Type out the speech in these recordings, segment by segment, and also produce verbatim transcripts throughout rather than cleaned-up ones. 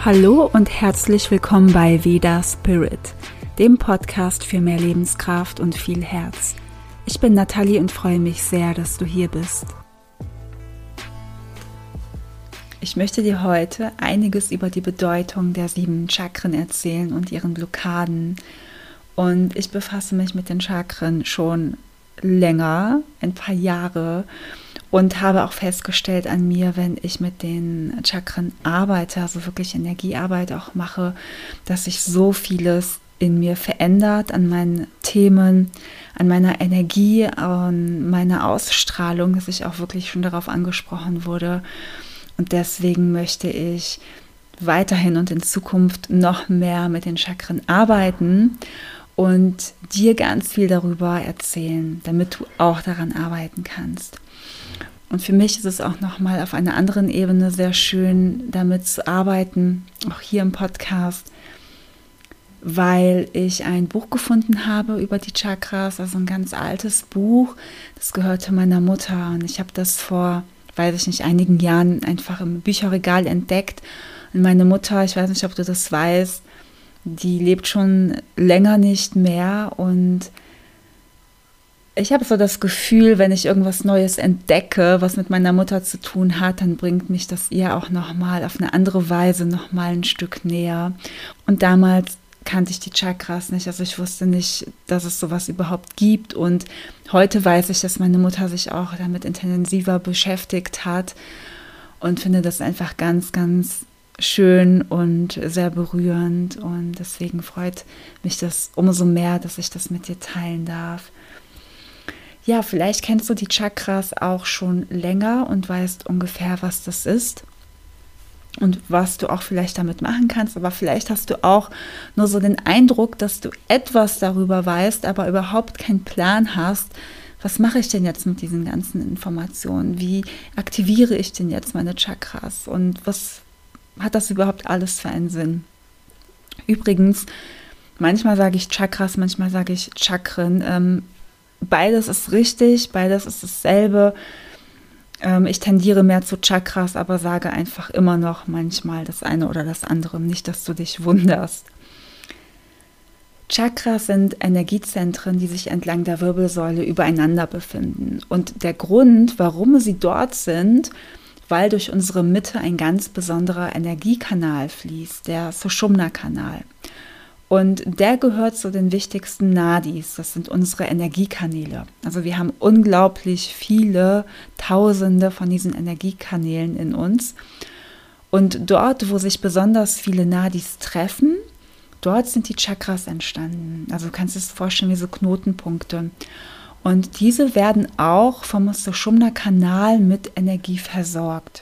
Hallo und herzlich willkommen bei Veda Spirit, dem Podcast für mehr Lebenskraft und viel Herz. Ich bin Nathalie und freue mich sehr, dass du hier bist. Ich möchte dir heute einiges über die Bedeutung der sieben Chakren erzählen und ihren Blockaden. Und ich befasse mich mit den Chakren schon länger, ein paar Jahre, und habe auch festgestellt an mir, wenn ich mit den Chakren arbeite, also wirklich Energiearbeit auch mache, dass sich so vieles in mir verändert, an meinen Themen, an meiner Energie, an meiner Ausstrahlung, dass ich auch wirklich schon darauf angesprochen wurde. Und deswegen möchte ich weiterhin und in Zukunft noch mehr mit den Chakren arbeiten und dir ganz viel darüber erzählen, damit du auch daran arbeiten kannst. Und für mich ist es auch nochmal auf einer anderen Ebene sehr schön, damit zu arbeiten, auch hier im Podcast, weil ich ein Buch gefunden habe über die Chakras, also ein ganz altes Buch, das gehörte meiner Mutter und ich habe das vor, weiß ich nicht, einigen Jahren einfach im Bücherregal entdeckt. Und meine Mutter, ich weiß nicht, ob du das weißt, die lebt schon länger nicht mehr und ich habe so das Gefühl, wenn ich irgendwas Neues entdecke, was mit meiner Mutter zu tun hat, dann bringt mich das ihr auch nochmal auf eine andere Weise nochmal ein Stück näher. Und damals kannte ich die Chakras nicht, also ich wusste nicht, dass es sowas überhaupt gibt. Und heute weiß ich, dass meine Mutter sich auch damit intensiver beschäftigt hat und finde das einfach ganz, ganz schön und sehr berührend. Und deswegen freut mich das umso mehr, dass ich das mit dir teilen darf. Ja, vielleicht kennst du die Chakras auch schon länger und weißt ungefähr, was das ist und was du auch vielleicht damit machen kannst. Aber vielleicht hast du auch nur so den Eindruck, dass du etwas darüber weißt, aber überhaupt keinen Plan hast. Was mache ich denn jetzt mit diesen ganzen Informationen? Wie aktiviere ich denn jetzt meine Chakras? Und was hat das überhaupt alles für einen Sinn? Übrigens, manchmal sage ich Chakras, manchmal sage ich Chakren. Ähm, Beides ist richtig, beides ist dasselbe. Ähm, ich tendiere mehr zu Chakras, aber sage einfach immer noch manchmal das eine oder das andere. Nicht, dass du dich wunderst. Chakras sind Energiezentren, die sich entlang der Wirbelsäule übereinander befinden. Und der Grund, warum sie dort sind, weil durch unsere Mitte ein ganz besonderer Energiekanal fließt, der Sushumna-Kanal. Und der gehört zu den wichtigsten Nadis, das sind unsere Energiekanäle. Also wir haben unglaublich viele Tausende von diesen Energiekanälen in uns. Und dort, wo sich besonders viele Nadis treffen, dort sind die Chakras entstanden. Also du kannst es dir vorstellen wie so Knotenpunkte. Und diese werden auch vom Sushumna-Kanal mit Energie versorgt.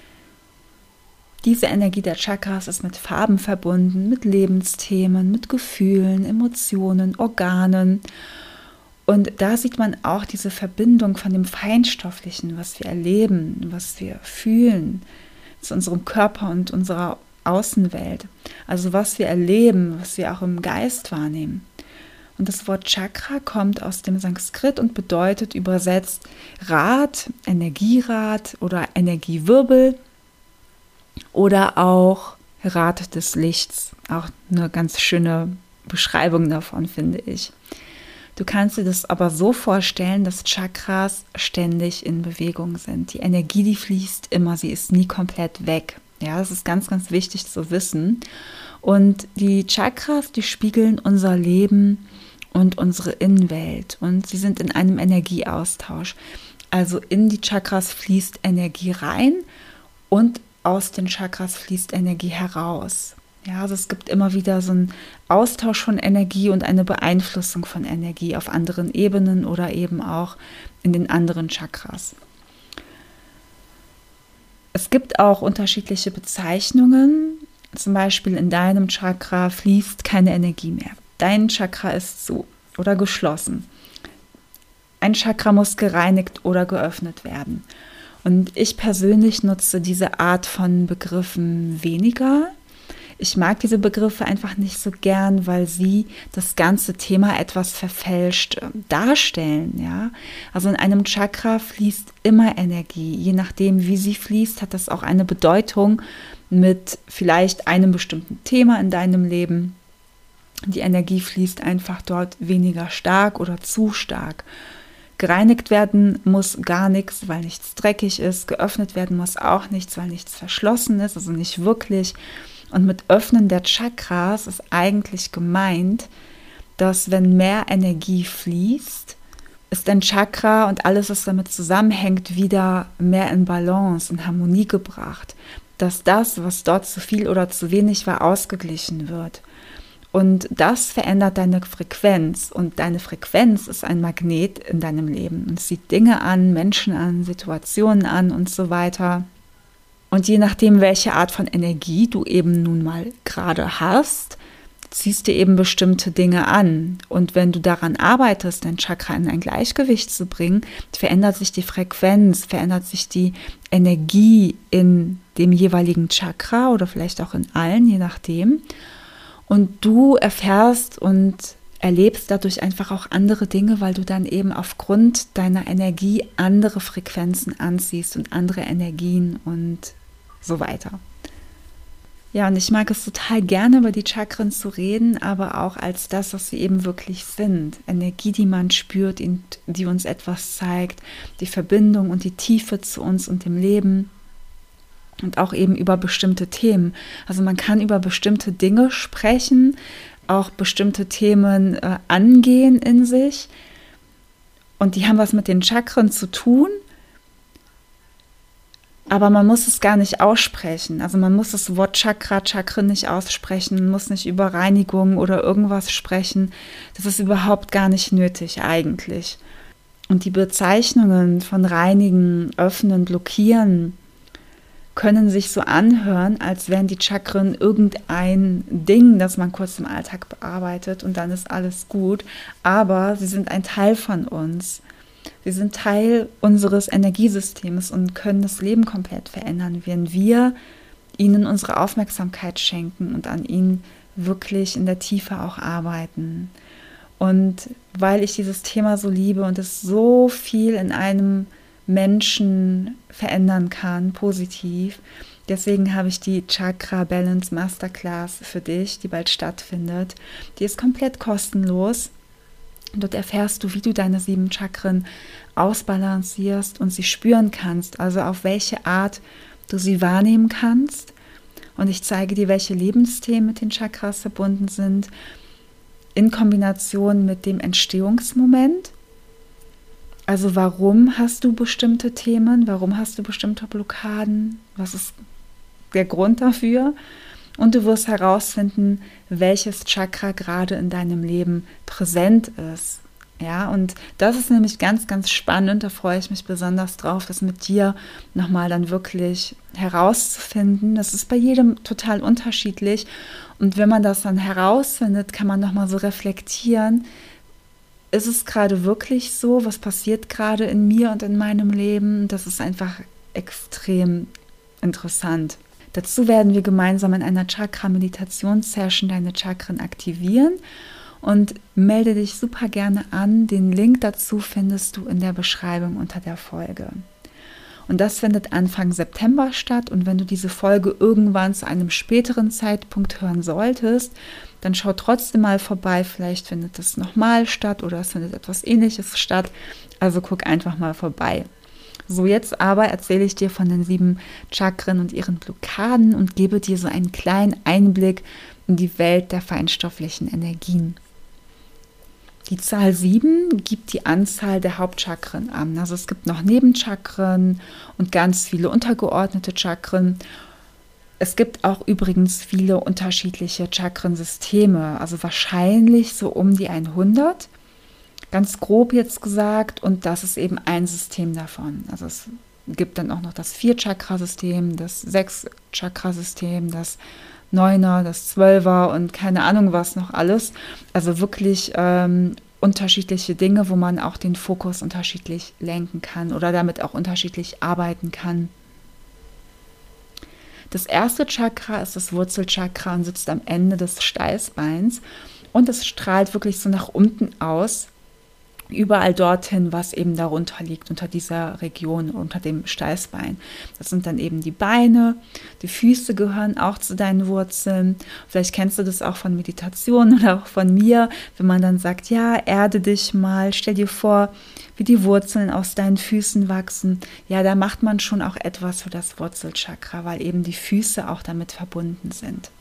Diese Energie der Chakras ist mit Farben verbunden, mit Lebensthemen, mit Gefühlen, Emotionen, Organen. Und da sieht man auch diese Verbindung von dem Feinstofflichen, was wir erleben, was wir fühlen, zu unserem Körper und unserer Außenwelt. Also was wir erleben, was wir auch im Geist wahrnehmen. Und das Wort Chakra kommt aus dem Sanskrit und bedeutet übersetzt Rad, Energierad oder Energiewirbel. Oder auch Rad des Lichts. Auch eine ganz schöne Beschreibung davon, finde ich. Du kannst dir das aber so vorstellen, dass Chakras ständig in Bewegung sind. Die Energie, die fließt immer, sie ist nie komplett weg. Ja, das ist ganz, ganz wichtig zu wissen. Und die Chakras, die spiegeln unser Leben und unsere Innenwelt. Und sie sind in einem Energieaustausch. Also in die Chakras fließt Energie rein und aus den Chakras fließt Energie heraus. Ja, also es gibt immer wieder so einen Austausch von Energie und eine Beeinflussung von Energie auf anderen Ebenen oder eben auch in den anderen Chakras. Es gibt auch unterschiedliche Bezeichnungen. Zum Beispiel in deinem Chakra fließt keine Energie mehr. Dein Chakra ist zu oder geschlossen. Ein Chakra muss gereinigt oder geöffnet werden. Und ich persönlich nutze diese Art von Begriffen weniger. Ich mag diese Begriffe einfach nicht so gern, weil sie das ganze Thema etwas verfälscht äh, darstellen. Ja? Also in einem Chakra fließt immer Energie. Je nachdem, wie sie fließt, hat das auch eine Bedeutung mit vielleicht einem bestimmten Thema in deinem Leben. Die Energie fließt einfach dort weniger stark oder zu stark. Gereinigt werden muss gar nichts, weil nichts dreckig ist. Geöffnet werden muss auch nichts, weil nichts verschlossen ist, also nicht wirklich. Und mit Öffnen der Chakras ist eigentlich gemeint, dass wenn mehr Energie fließt, ist ein Chakra und alles, was damit zusammenhängt, wieder mehr in Balance, in Harmonie gebracht. Dass das, was dort zu viel oder zu wenig war, ausgeglichen wird. Und das verändert deine Frequenz. Und deine Frequenz ist ein Magnet in deinem Leben. Und es zieht Dinge an, Menschen an, Situationen an und so weiter. Und je nachdem, welche Art von Energie du eben nun mal gerade hast, ziehst du eben bestimmte Dinge an. Und wenn du daran arbeitest, dein Chakra in ein Gleichgewicht zu bringen, verändert sich die Frequenz, verändert sich die Energie in dem jeweiligen Chakra oder vielleicht auch in allen, je nachdem. Und du erfährst und erlebst dadurch einfach auch andere Dinge, weil du dann eben aufgrund deiner Energie andere Frequenzen anziehst und andere Energien und so weiter. Ja, und ich mag es total gerne, über die Chakren zu reden, aber auch als das, was sie eben wirklich sind. Energie, die man spürt, die uns etwas zeigt, die Verbindung und die Tiefe zu uns und dem Leben. Und auch eben über bestimmte Themen. Also man kann über bestimmte Dinge sprechen, auch bestimmte Themen äh, angehen in sich. Und die haben was mit den Chakren zu tun. Aber man muss es gar nicht aussprechen. Also man muss das Wort Chakra, Chakren nicht aussprechen, man muss nicht über Reinigung oder irgendwas sprechen. Das ist überhaupt gar nicht nötig eigentlich. Und die Bezeichnungen von reinigen, öffnen, blockieren können sich so anhören, als wären die Chakren irgendein Ding, das man kurz im Alltag bearbeitet und dann ist alles gut. Aber sie sind ein Teil von uns. Sie sind Teil unseres Energiesystems und können das Leben komplett verändern, wenn wir ihnen unsere Aufmerksamkeit schenken und an ihnen wirklich in der Tiefe auch arbeiten. Und weil ich dieses Thema so liebe und es so viel in einem Menschen verändern kann, positiv, deswegen habe ich die Chakra Balance Masterclass für dich, die bald stattfindet. Die ist komplett kostenlos. Dort erfährst du, wie du deine sieben Chakren ausbalancierst und sie spüren kannst, also auf welche Art du sie wahrnehmen kannst. Und ich zeige dir, welche Lebensthemen mit den Chakras verbunden sind, in Kombination mit dem Entstehungsmoment. Also warum hast du bestimmte Themen, warum hast du bestimmte Blockaden, was ist der Grund dafür? Und du wirst herausfinden, welches Chakra gerade in deinem Leben präsent ist. Ja, und das ist nämlich ganz, ganz spannend. Da freue ich mich besonders drauf, das mit dir nochmal dann wirklich herauszufinden. Das ist bei jedem total unterschiedlich. Und wenn man das dann herausfindet, kann man nochmal so reflektieren, ist es gerade wirklich so? Was passiert gerade in mir und in meinem Leben? Das ist einfach extrem interessant. Dazu werden wir gemeinsam in einer Chakra-Meditationssession deine Chakren aktivieren und melde dich super gerne an. Den Link dazu findest du in der Beschreibung unter der Folge. Und das findet Anfang September statt und wenn du diese Folge irgendwann zu einem späteren Zeitpunkt hören solltest, dann schau trotzdem mal vorbei, vielleicht findet es nochmal statt oder es findet etwas Ähnliches statt, also guck einfach mal vorbei. So, jetzt aber erzähle ich dir von den sieben Chakren und ihren Blockaden und gebe dir so einen kleinen Einblick in die Welt der feinstofflichen Energien. Die Zahl sieben gibt die Anzahl der Hauptchakren an. Also es gibt noch Nebenchakren und ganz viele untergeordnete Chakren. Es gibt auch übrigens viele unterschiedliche Chakrensysteme, also wahrscheinlich so um die hundert. Ganz grob jetzt gesagt, und das ist eben ein System davon. Also es gibt dann auch noch das Vier-Chakra-System, das Sechs-Chakra-System, das Neuner, das Zwölfer und keine Ahnung was noch alles. Also wirklich ähm, unterschiedliche Dinge, wo man auch den Fokus unterschiedlich lenken kann oder damit auch unterschiedlich arbeiten kann. Das erste Chakra ist das Wurzelchakra und sitzt am Ende des Steißbeins und es strahlt wirklich so nach unten aus, überall dorthin, was eben darunter liegt, unter dieser Region, unter dem Steißbein. Das sind dann eben die Beine, die Füße gehören auch zu deinen Wurzeln. Vielleicht kennst du das auch von Meditationen oder auch von mir, wenn man dann sagt, ja, erde dich mal, stell dir vor, wie die Wurzeln aus deinen Füßen wachsen. Ja, da macht man schon auch etwas für das Wurzelchakra, weil eben die Füße auch damit verbunden sind.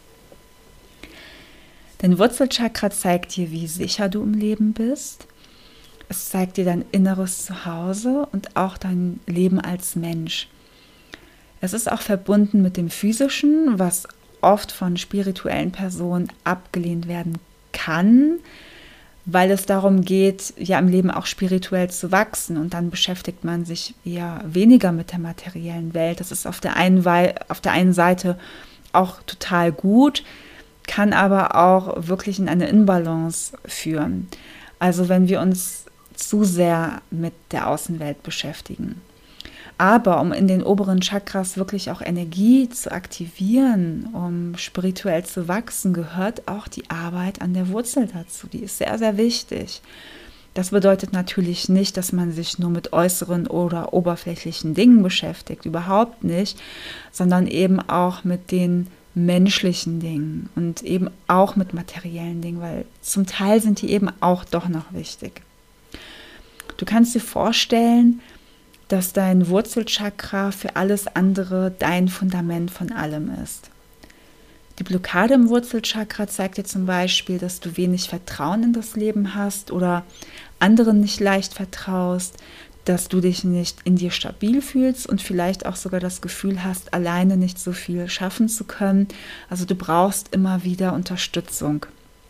Dein Wurzelchakra zeigt dir, wie sicher du im Leben bist. Es zeigt dir dein inneres Zuhause und auch dein Leben als Mensch. Es ist auch verbunden mit dem Physischen, was oft von spirituellen Personen abgelehnt werden kann, weil es darum geht, ja im Leben auch spirituell zu wachsen und dann beschäftigt man sich eher weniger mit der materiellen Welt. Das ist auf der einen, auf der einen Seite auch total gut, kann aber auch wirklich in eine Inbalance führen. Also wenn wir uns zu sehr mit der Außenwelt beschäftigen. Aber um in den oberen Chakras wirklich auch Energie zu aktivieren, um spirituell zu wachsen, gehört auch die Arbeit an der Wurzel dazu. Die ist sehr, sehr wichtig. Das bedeutet natürlich nicht, dass man sich nur mit äußeren oder oberflächlichen Dingen beschäftigt, überhaupt nicht, sondern eben auch mit den menschlichen Dingen und eben auch mit materiellen Dingen, weil zum Teil sind die eben auch doch noch wichtig. Du kannst dir vorstellen, dass dein Wurzelchakra für alles andere dein Fundament von allem ist. Die Blockade im Wurzelchakra zeigt dir zum Beispiel, dass du wenig Vertrauen in das Leben hast oder anderen nicht leicht vertraust, dass du dich nicht in dir stabil fühlst und vielleicht auch sogar das Gefühl hast, alleine nicht so viel schaffen zu können. Also du brauchst immer wieder Unterstützung.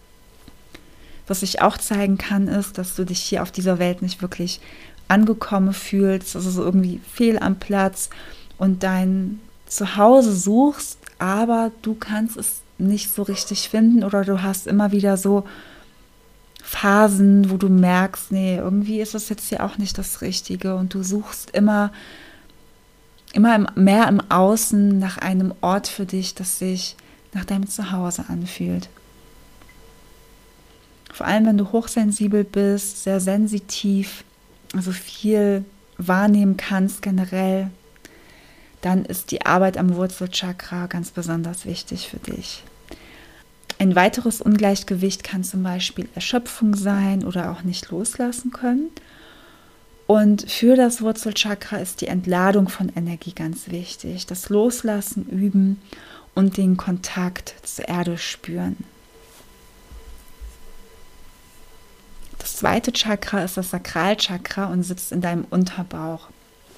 Was ich auch zeigen kann, ist, dass du dich hier auf dieser Welt nicht wirklich angekommen fühlst, also so irgendwie fehl am Platz und dein Zuhause suchst, aber du kannst es nicht so richtig finden oder du hast immer wieder so Phasen, wo du merkst, nee, irgendwie ist es jetzt hier auch nicht das Richtige und du suchst immer, immer mehr im Außen nach einem Ort für dich, das sich nach deinem Zuhause anfühlt. Vor allem, wenn du hochsensibel bist, sehr sensitiv, also viel wahrnehmen kannst generell, dann ist die Arbeit am Wurzelchakra ganz besonders wichtig für dich. Ein weiteres Ungleichgewicht kann zum Beispiel Erschöpfung sein oder auch nicht loslassen können. Und für das Wurzelchakra ist die Entladung von Energie ganz wichtig. Das Loslassen üben und den Kontakt zur Erde spüren. Das zweite Chakra ist das Sakralchakra und sitzt in deinem Unterbauch.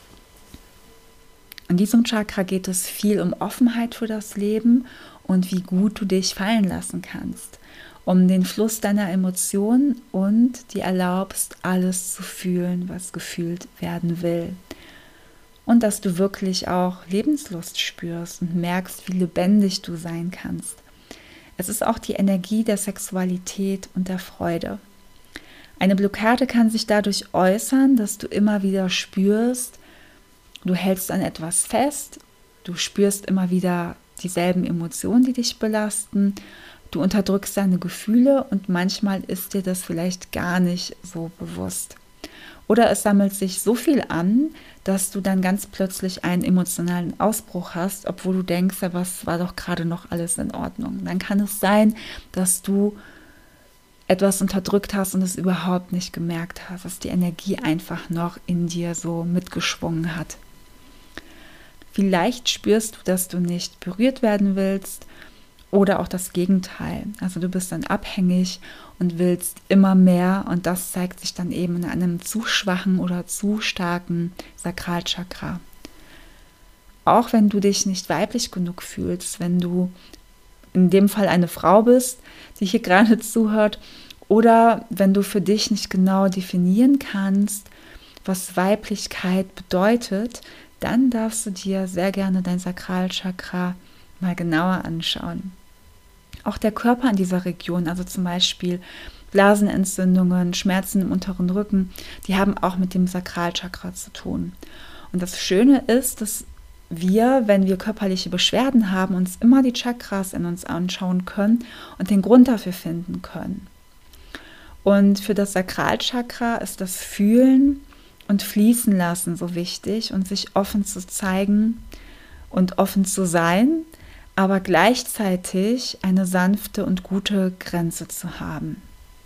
In diesem Chakra geht es viel um Offenheit für das Leben und wie gut du dich fallen lassen kannst, um den Fluss deiner Emotionen und dir erlaubst, alles zu fühlen, was gefühlt werden will. Und dass du wirklich auch Lebenslust spürst und merkst, wie lebendig du sein kannst. Es ist auch die Energie der Sexualität und der Freude. Eine Blockade kann sich dadurch äußern, dass du immer wieder spürst, du hältst an etwas fest, du spürst immer wieder dieselben Emotionen, die dich belasten, du unterdrückst deine Gefühle und manchmal ist dir das vielleicht gar nicht so bewusst. Oder es sammelt sich so viel an, dass du dann ganz plötzlich einen emotionalen Ausbruch hast, obwohl du denkst, ja, was war doch gerade noch alles in Ordnung. Dann kann es sein, dass du etwas unterdrückt hast und es überhaupt nicht gemerkt hast, dass die Energie einfach noch in dir so mitgeschwungen hat. Vielleicht spürst du, dass du nicht berührt werden willst oder auch das Gegenteil. Also du bist dann abhängig und willst immer mehr und das zeigt sich dann eben in einem zu schwachen oder zu starken Sakralchakra. Auch wenn du dich nicht weiblich genug fühlst, wenn du in dem Fall eine Frau bist, die hier gerade zuhört, oder wenn du für dich nicht genau definieren kannst, was Weiblichkeit bedeutet, dann darfst du dir sehr gerne dein Sakralchakra mal genauer anschauen. Auch der Körper in dieser Region, also zum Beispiel Blasenentzündungen, Schmerzen im unteren Rücken, die haben auch mit dem Sakralchakra zu tun. Und das Schöne ist, dass wir, wenn wir körperliche Beschwerden haben, uns immer die Chakras in uns anschauen können und den Grund dafür finden können. Und für das Sakralchakra ist das Fühlen und Fließen lassen so wichtig und sich offen zu zeigen und offen zu sein, aber gleichzeitig eine sanfte und gute Grenze zu haben.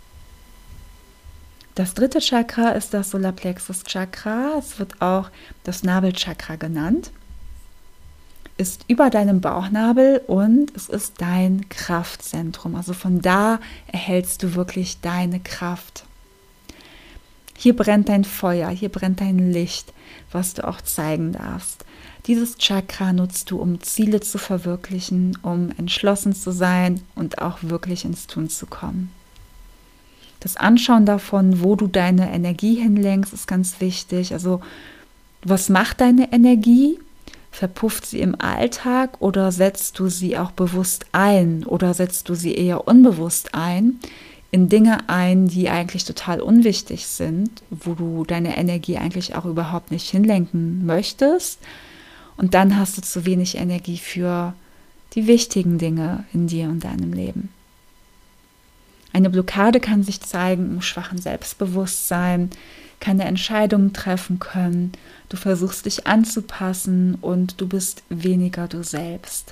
Das dritte Chakra ist das Solarplexus-Chakra. Es wird auch das Nabelchakra genannt. Ist über deinem Bauchnabel und es ist dein Kraftzentrum. Also von da erhältst du wirklich deine Kraft. Hier brennt dein Feuer, hier brennt dein Licht, was du auch zeigen darfst. Dieses Chakra nutzt du, um Ziele zu verwirklichen, um entschlossen zu sein und auch wirklich ins Tun zu kommen. Das Anschauen davon, wo du deine Energie hinlenkst, ist ganz wichtig. Also, was macht deine Energie? Verpufft sie im Alltag oder setzt du sie auch bewusst ein oder setzt du sie eher unbewusst ein, in Dinge ein, die eigentlich total unwichtig sind, wo du deine Energie eigentlich auch überhaupt nicht hinlenken möchtest? Und dann hast du zu wenig Energie für die wichtigen Dinge in dir und deinem Leben. Eine Blockade kann sich zeigen im schwachen Selbstbewusstsein, keine Entscheidungen treffen können, du versuchst dich anzupassen und du bist weniger du selbst.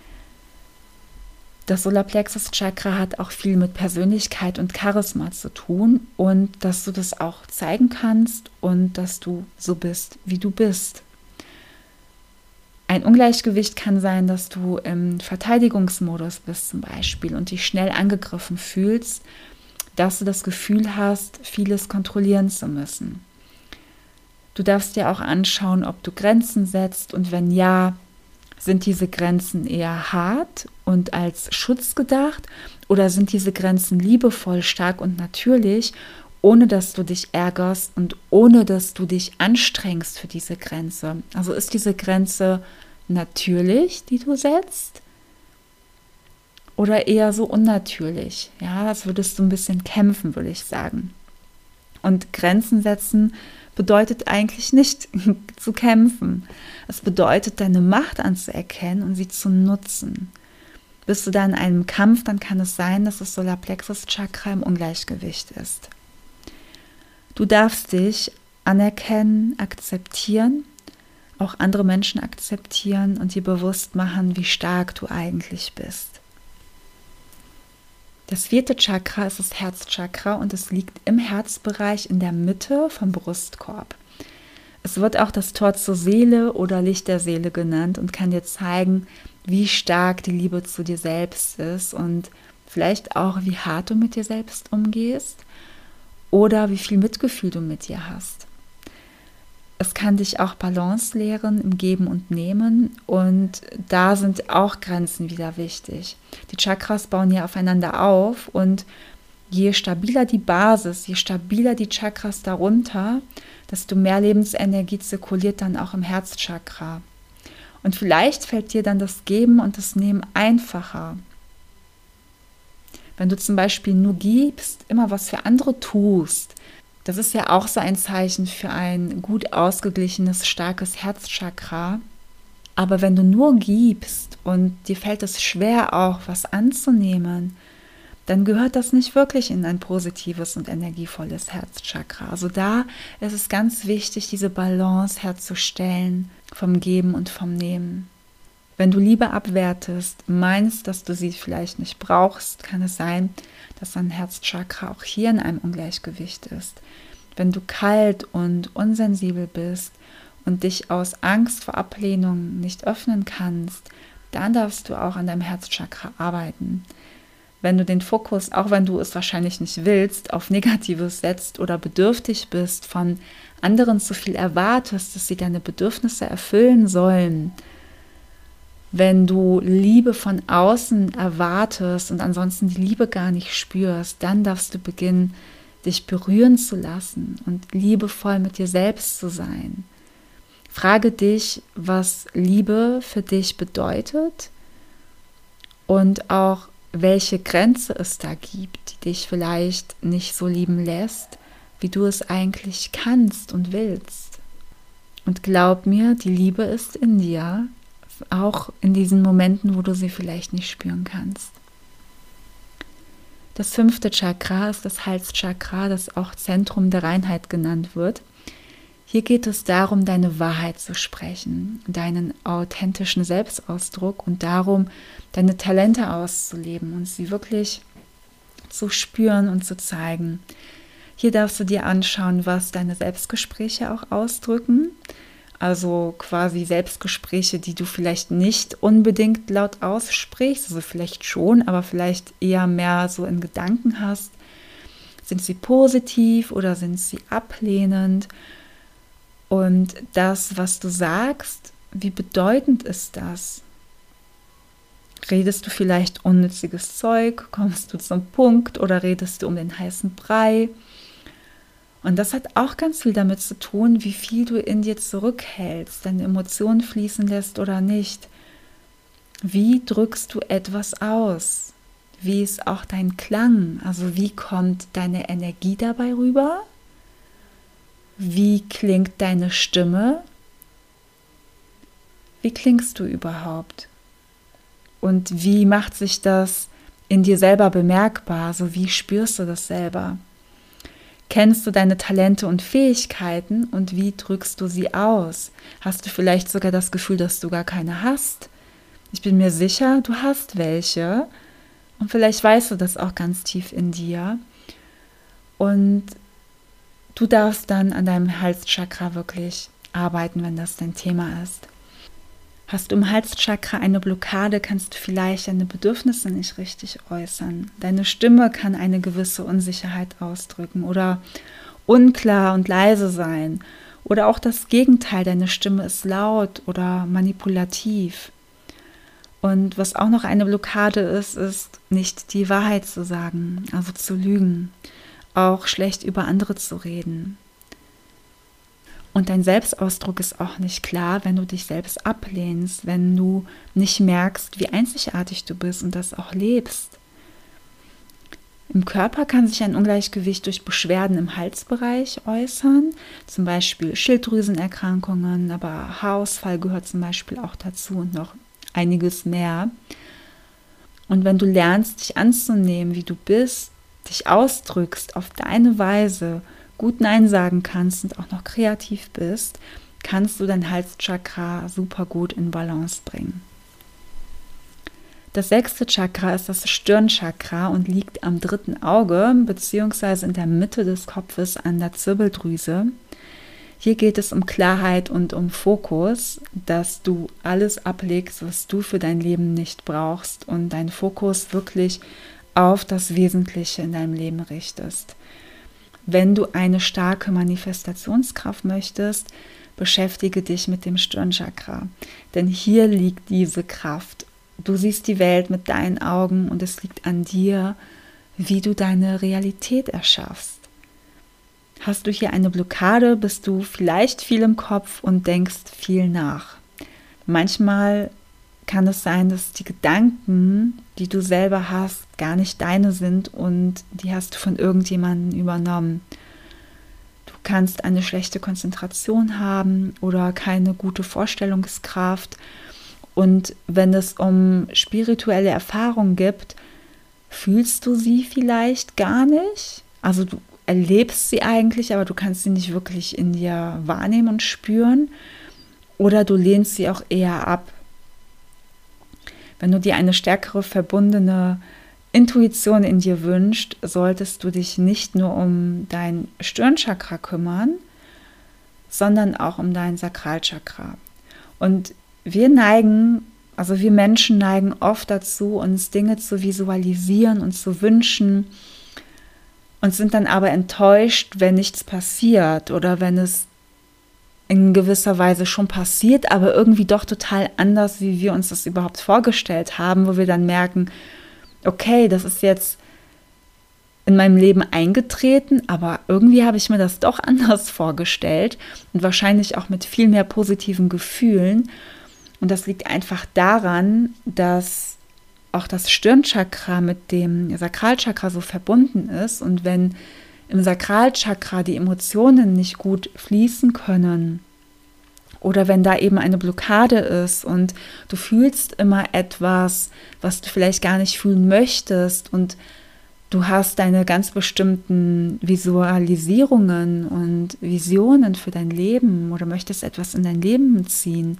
Das Solarplexus-Chakra hat auch viel mit Persönlichkeit und Charisma zu tun und dass du das auch zeigen kannst und dass du so bist, wie du bist. Ein Ungleichgewicht kann sein, dass du im Verteidigungsmodus bist zum Beispiel und dich schnell angegriffen fühlst, dass du das Gefühl hast, vieles kontrollieren zu müssen. Du darfst dir auch anschauen, ob du Grenzen setzt und wenn ja, sind diese Grenzen eher hart und als Schutz gedacht oder sind diese Grenzen liebevoll, stark und natürlich, ohne dass du dich ärgerst und ohne dass du dich anstrengst für diese Grenze. Also ist diese Grenze natürlich, die du setzt, oder eher so unnatürlich? Ja, als würdest du ein bisschen kämpfen, würde ich sagen. Und Grenzen setzen bedeutet eigentlich nicht zu kämpfen. Es bedeutet, deine Macht anzuerkennen und sie zu nutzen. Bist du da in einem Kampf, dann kann es sein, dass das Solarplexus-Chakra im Ungleichgewicht ist. Du darfst dich anerkennen, akzeptieren, auch andere Menschen akzeptieren und dir bewusst machen, wie stark du eigentlich bist. Das vierte Chakra ist das Herzchakra und es liegt im Herzbereich in der Mitte vom Brustkorb. Es wird auch das Tor zur Seele oder Licht der Seele genannt und kann dir zeigen, wie stark die Liebe zu dir selbst ist und vielleicht auch, wie hart du mit dir selbst umgehst oder wie viel Mitgefühl du mit dir hast. Es kann dich auch Balance lehren im Geben und Nehmen und da sind auch Grenzen wieder wichtig. Die Chakras bauen ja aufeinander auf und je stabiler die Basis, je stabiler die Chakras darunter, desto mehr Lebensenergie zirkuliert dann auch im Herzchakra. Und vielleicht fällt dir dann das Geben und das Nehmen einfacher. Wenn du zum Beispiel nur gibst, immer was für andere tust, das ist ja auch so ein Zeichen für ein gut ausgeglichenes, starkes Herzchakra. Aber wenn du nur gibst und dir fällt es schwer, auch was anzunehmen, dann gehört das nicht wirklich in ein positives und energievolles Herzchakra. Also da ist es ganz wichtig, diese Balance herzustellen vom Geben und vom Nehmen. Wenn du Liebe abwertest, meinst, dass du sie vielleicht nicht brauchst, kann es sein, dass dein Herzchakra auch hier in einem Ungleichgewicht ist. Wenn du kalt und unsensibel bist und dich aus Angst vor Ablehnung nicht öffnen kannst, dann darfst du auch an deinem Herzchakra arbeiten. Wenn du den Fokus, auch wenn du es wahrscheinlich nicht willst, auf Negatives setzt oder bedürftig bist, von anderen zu viel erwartest, dass sie deine Bedürfnisse erfüllen sollen, wenn du Liebe von außen erwartest und ansonsten die Liebe gar nicht spürst, dann darfst du beginnen, dich berühren zu lassen und liebevoll mit dir selbst zu sein. Frage dich, was Liebe für dich bedeutet und auch, welche Grenze es da gibt, die dich vielleicht nicht so lieben lässt, wie du es eigentlich kannst und willst. Und glaub mir, die Liebe ist in dir, auch in diesen Momenten, wo du sie vielleicht nicht spüren kannst. Das fünfte Chakra ist das Halschakra, das auch Zentrum der Reinheit genannt wird. Hier geht es darum, deine Wahrheit zu sprechen, deinen authentischen Selbstausdruck und darum, deine Talente auszuleben und sie wirklich zu spüren und zu zeigen. Hier darfst du dir anschauen, was deine Selbstgespräche auch ausdrücken. Also quasi Selbstgespräche, die du vielleicht nicht unbedingt laut aussprichst, also vielleicht schon, aber vielleicht eher mehr so in Gedanken hast. Sind sie positiv oder sind sie ablehnend? Und das, was du sagst, wie bedeutend ist das? Redest du vielleicht unnütziges Zeug? Kommst du zum Punkt oder redest du um den heißen Brei? Und das hat auch ganz viel damit zu tun, wie viel du in dir zurückhältst, deine Emotionen fließen lässt oder nicht. Wie drückst du etwas aus? Wie ist auch dein Klang? Also wie kommt deine Energie dabei rüber? Wie klingt deine Stimme? Wie klingst du überhaupt? Und wie macht sich das in dir selber bemerkbar? Also wie spürst du das selber? Kennst du deine Talente und Fähigkeiten und wie drückst du sie aus? Hast du vielleicht sogar das Gefühl, dass du gar keine hast? Ich bin mir sicher, du hast welche und vielleicht weißt du das auch ganz tief in dir. Und du darfst dann an deinem Halschakra wirklich arbeiten, wenn das dein Thema ist. Hast du im Halschakra eine Blockade, kannst du vielleicht deine Bedürfnisse nicht richtig äußern. Deine Stimme kann eine gewisse Unsicherheit ausdrücken oder unklar und leise sein. Oder auch das Gegenteil, deine Stimme ist laut oder manipulativ. Und was auch noch eine Blockade ist, ist nicht die Wahrheit zu sagen, also zu lügen, auch schlecht über andere zu reden. Und dein Selbstausdruck ist auch nicht klar, wenn du dich selbst ablehnst, wenn du nicht merkst, wie einzigartig du bist und das auch lebst. Im Körper kann sich ein Ungleichgewicht durch Beschwerden im Halsbereich äußern, zum Beispiel Schilddrüsenerkrankungen, aber Haarausfall gehört zum Beispiel auch dazu und noch einiges mehr. Und wenn du lernst, dich anzunehmen, wie du bist, dich ausdrückst auf deine Weise, gut Nein sagen kannst und auch noch kreativ bist, kannst du dein Halschakra super gut in Balance bringen. Das sechste Chakra ist das Stirnchakra und liegt am dritten Auge bzw. in der Mitte des Kopfes an der Zirbeldrüse. Hier geht es um Klarheit und um Fokus, dass du alles ablegst, was du für dein Leben nicht brauchst und deinen Fokus wirklich auf das Wesentliche in deinem Leben richtest. Wenn du eine starke Manifestationskraft möchtest, beschäftige dich mit dem Stirnchakra, denn hier liegt diese Kraft. Du siehst die Welt mit deinen Augen und es liegt an dir, wie du deine Realität erschaffst. Hast du hier eine Blockade, bist du vielleicht viel im Kopf und denkst viel nach. Manchmal kann es sein, dass die Gedanken, die du selber hast, gar nicht deine sind und die hast du von irgendjemandem übernommen. Du kannst eine schlechte Konzentration haben oder keine gute Vorstellungskraft. Und wenn es um spirituelle Erfahrungen gibt, fühlst du sie vielleicht gar nicht. Also du erlebst sie eigentlich, aber du kannst sie nicht wirklich in dir wahrnehmen und spüren. Oder du lehnst sie auch eher ab. Wenn du dir eine stärkere verbundene Intuition in dir wünschst, solltest du dich nicht nur um dein Stirnchakra kümmern, sondern auch um dein Sakralchakra. Und wir neigen, also wir Menschen neigen oft dazu, uns Dinge zu visualisieren und zu wünschen und sind dann aber enttäuscht, wenn nichts passiert oder wenn es in gewisser Weise schon passiert, aber irgendwie doch total anders, wie wir uns das überhaupt vorgestellt haben, wo wir dann merken, okay, das ist jetzt in meinem Leben eingetreten, aber irgendwie habe ich mir das doch anders vorgestellt und wahrscheinlich auch mit viel mehr positiven Gefühlen. Und das liegt einfach daran, dass auch das Stirnchakra mit dem Sakralchakra so verbunden ist. Und wenn im Sakralchakra die Emotionen nicht gut fließen können, Oder wenn da eben eine Blockade ist und du fühlst immer etwas, was du vielleicht gar nicht fühlen möchtest und du hast deine ganz bestimmten Visualisierungen und Visionen für dein Leben oder möchtest etwas in dein Leben ziehen,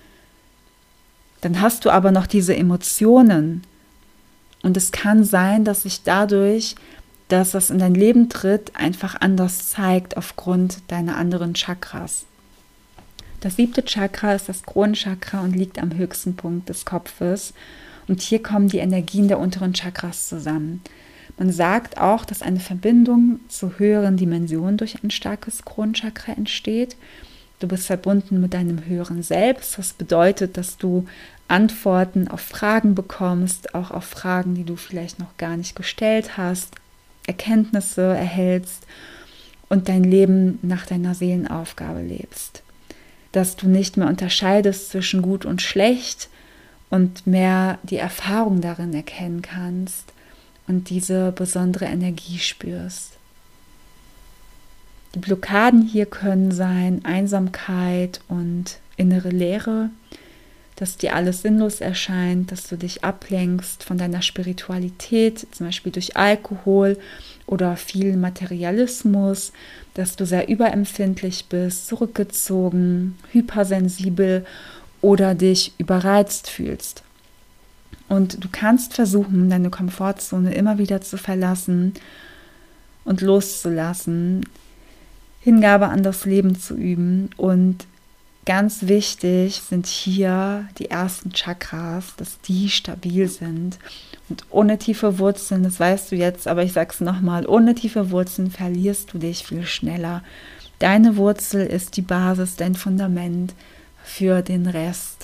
dann hast du aber noch diese Emotionen. Und es kann sein, dass sich dadurch, dass das in dein Leben tritt, einfach anders zeigt aufgrund deiner anderen Chakras. Das siebte Chakra ist das Kronenchakra und liegt am höchsten Punkt des Kopfes. Und hier kommen die Energien der unteren Chakras zusammen. Man sagt auch, dass eine Verbindung zu höheren Dimensionen durch ein starkes Kronenchakra entsteht. Du bist verbunden mit deinem höheren Selbst. Das bedeutet, dass du Antworten auf Fragen bekommst, auch auf Fragen, die du vielleicht noch gar nicht gestellt hast, Erkenntnisse erhältst und dein Leben nach deiner Seelenaufgabe lebst. Dass du nicht mehr unterscheidest zwischen gut und schlecht und mehr die Erfahrung darin erkennen kannst und diese besondere Energie spürst. Die Blockaden hier können sein Einsamkeit und innere Leere, dass dir alles sinnlos erscheint, dass du dich ablenkst von deiner Spiritualität, zum Beispiel durch Alkohol oder viel Materialismus, dass du sehr überempfindlich bist, zurückgezogen, hypersensibel oder dich überreizt fühlst. Und du kannst versuchen, deine Komfortzone immer wieder zu verlassen und loszulassen, Hingabe an das Leben zu üben. Und ganz wichtig sind hier die ersten Chakras, dass die stabil sind. Und ohne tiefe Wurzeln, das weißt du jetzt, aber ich sage es nochmal, ohne tiefe Wurzeln verlierst du dich viel schneller. Deine Wurzel ist die Basis, dein Fundament für den Rest.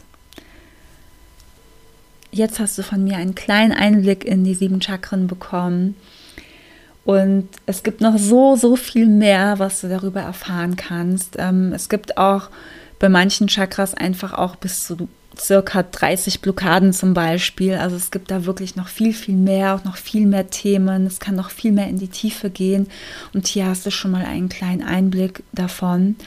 Jetzt hast du von mir einen kleinen Einblick in die sieben Chakren bekommen. Und es gibt noch so, so viel mehr, was du darüber erfahren kannst. Ähm, es gibt auch bei manchen Chakras einfach auch bis zu circa dreißig Blockaden zum Beispiel. Also es gibt da wirklich noch viel, viel mehr, auch noch viel mehr Themen. Es kann noch viel mehr in die Tiefe gehen. Und hier hast du schon mal einen kleinen Einblick davon.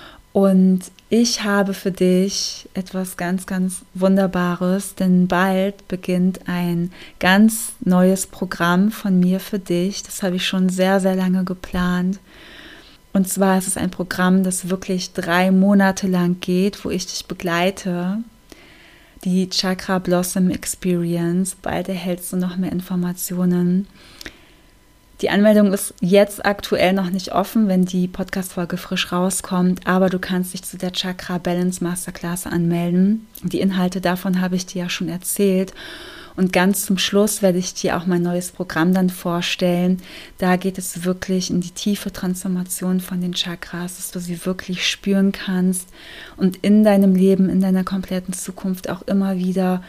Und ich habe für dich etwas ganz, ganz Wunderbares, denn bald beginnt ein ganz neues Programm von mir für dich. Das habe ich schon sehr, sehr lange geplant. Und zwar ist es ein Programm, das wirklich drei Monate lang geht, wo ich dich begleite. Die Chakra Blossom Experience. Bald erhältst du noch mehr Informationen. Die Anmeldung ist jetzt aktuell noch nicht offen, wenn die Podcast-Folge frisch rauskommt, aber du kannst dich zu der Chakra Balance Masterclass anmelden. Die Inhalte davon habe ich dir ja schon erzählt. Und ganz zum Schluss werde ich dir auch mein neues Programm dann vorstellen. Da geht es wirklich in die tiefe Transformation von den Chakras, dass du sie wirklich spüren kannst und in deinem Leben, in deiner kompletten Zukunft auch immer wieder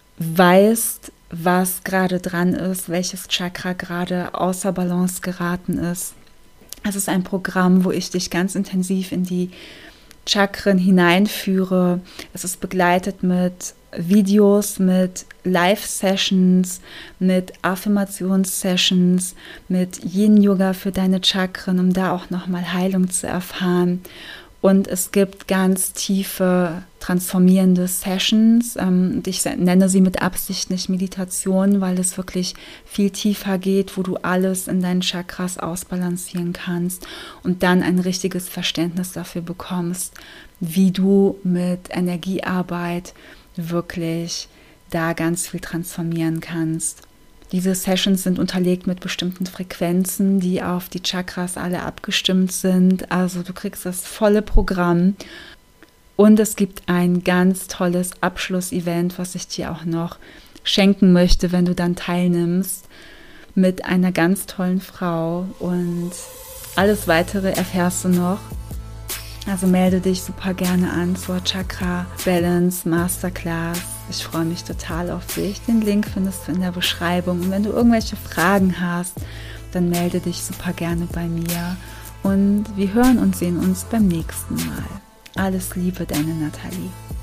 weißt, was gerade dran ist, welches Chakra gerade außer Balance geraten ist. Es ist ein Programm, wo ich dich ganz intensiv in die Chakren hineinführe. Es ist begleitet mit Videos, mit Live-Sessions, mit Affirmations-Sessions, mit Yin-Yoga für deine Chakren, um da auch nochmal Heilung zu erfahren. Und es gibt ganz tiefe, transformierende Sessions. Und ich nenne sie mit Absicht nicht Meditation, weil es wirklich viel tiefer geht, wo du alles in deinen Chakras ausbalancieren kannst und dann ein richtiges Verständnis dafür bekommst, wie du mit Energiearbeit wirklich da ganz viel transformieren kannst. Diese Sessions sind unterlegt mit bestimmten Frequenzen, die auf die Chakras alle abgestimmt sind. Also du kriegst das volle Programm. Und es gibt ein ganz tolles Abschlussevent, was ich dir auch noch schenken möchte, wenn du dann teilnimmst, mit einer ganz tollen Frau. Und alles Weitere erfährst du noch. Also melde dich super gerne an zur Chakra Balance Masterclass. Ich freue mich total auf dich. Den Link findest du in der Beschreibung. Und wenn du irgendwelche Fragen hast, dann melde dich super gerne bei mir. Und wir hören und sehen uns beim nächsten Mal. Alles Liebe, deine Nathalie.